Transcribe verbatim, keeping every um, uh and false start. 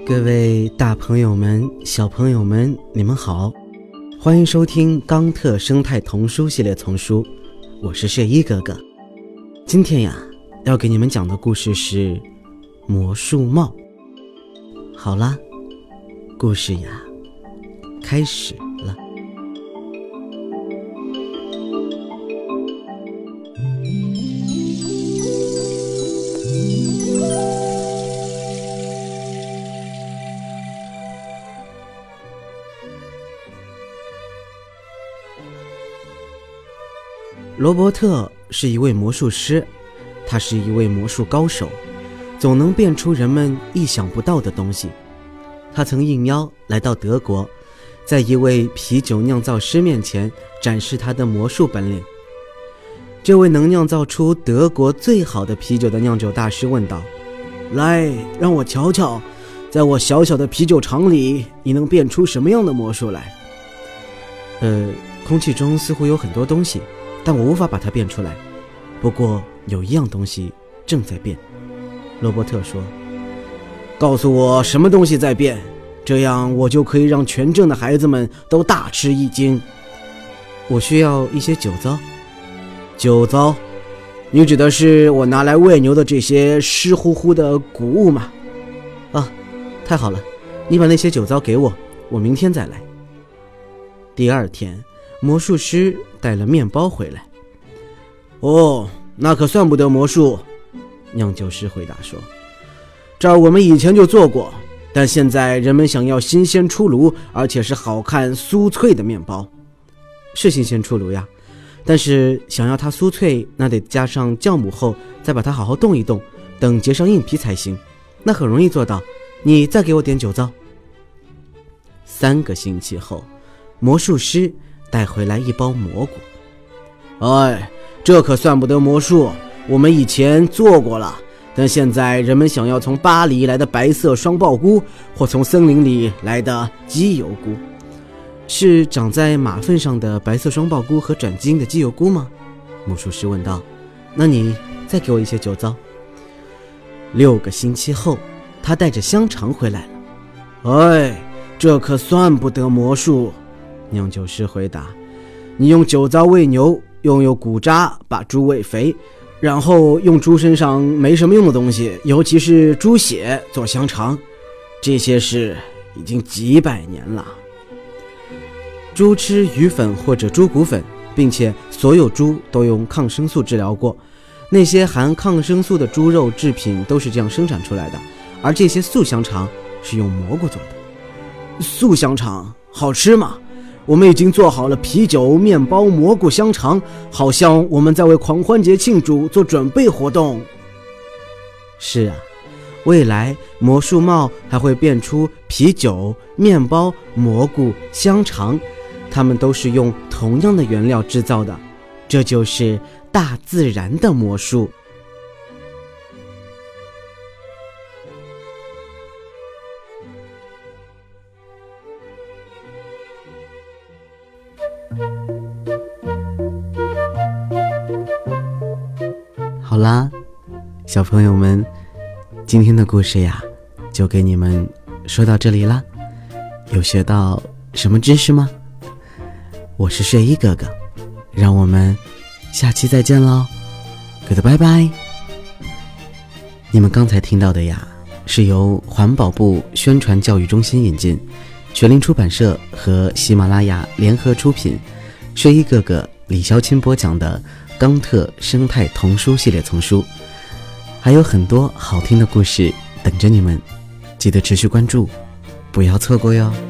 各位大朋友们小朋友们，你们好，欢迎收听冈特生态童书系列丛书，我是睡衣哥哥。今天呀，要给你们讲的故事是魔术帽。好啦，故事呀开始了。罗伯特是一位魔术师，他是一位魔术高手，总能变出人们意想不到的东西。他曾应邀来到德国，在一位啤酒酿造师面前展示他的魔术本领。这位能酿造出德国最好的啤酒的酿酒大师问道：来，让我瞧瞧，在我小小的啤酒厂里，你能变出什么样的魔术来？呃，空气中似乎有很多东西，但我无法把它变出来。不过有一样东西正在变。罗伯特说：告诉我什么东西在变，这样我就可以让全镇的孩子们都大吃一惊。我需要一些酒糟。酒糟？你指的是我拿来喂牛的这些湿乎乎的谷物吗？啊，太好了，你把那些酒糟给我，我明天再来。第二天，魔术师带了面包回来。哦，那可算不得魔术，酿酒师回答说。这儿我们以前就做过，但现在人们想要新鲜出炉，而且是好看酥脆的面包。是新鲜出炉呀，但是想要它酥脆，那得加上酵母后再把它好好冻一冻，等结上硬皮才行。那很容易做到，你再给我点酒糟。三个星期后，魔术师带回来一包蘑菇。哎，这可算不得魔术，我们以前做过了，但现在人们想要从巴黎来的白色双爆菇，或从森林里来的鸡油菇。是长在马粪上的白色双爆菇和转基因的鸡油菇吗？魔术师问道。那你再给我一些酒糟。六个星期后，他带着香肠回来了。哎，这可算不得魔术，酿酒师回答。你用酒糟喂牛，用有骨渣把猪喂肥，然后用猪身上没什么用的东西，尤其是猪血做香肠，这些事已经几百年了。猪吃鱼粉或者猪骨粉，并且所有猪都用抗生素治疗过，那些含抗生素的猪肉制品都是这样生产出来的，而这些素香肠是用蘑菇做的。素香肠好吃吗？我们已经做好了啤酒、面包、蘑菇香肠，好像我们在为狂欢节庆祝做准备活动。是啊，未来魔术帽还会变出啤酒、面包、蘑菇、香肠，它们都是用同样的原料制造的，这就是大自然的魔术。好啦，小朋友们，今天的故事呀，就给你们说到这里啦。有学到什么知识吗？我是睡衣哥哥，让我们下期再见喽 ，Goodbye。你们刚才听到的呀，是由环保部宣传教育中心引进，学林出版社和喜马拉雅联合出品，睡衣哥哥李潇钦播讲的冈特生态童书系列丛书，还有很多好听的故事等着你们，记得持续关注，不要错过哟。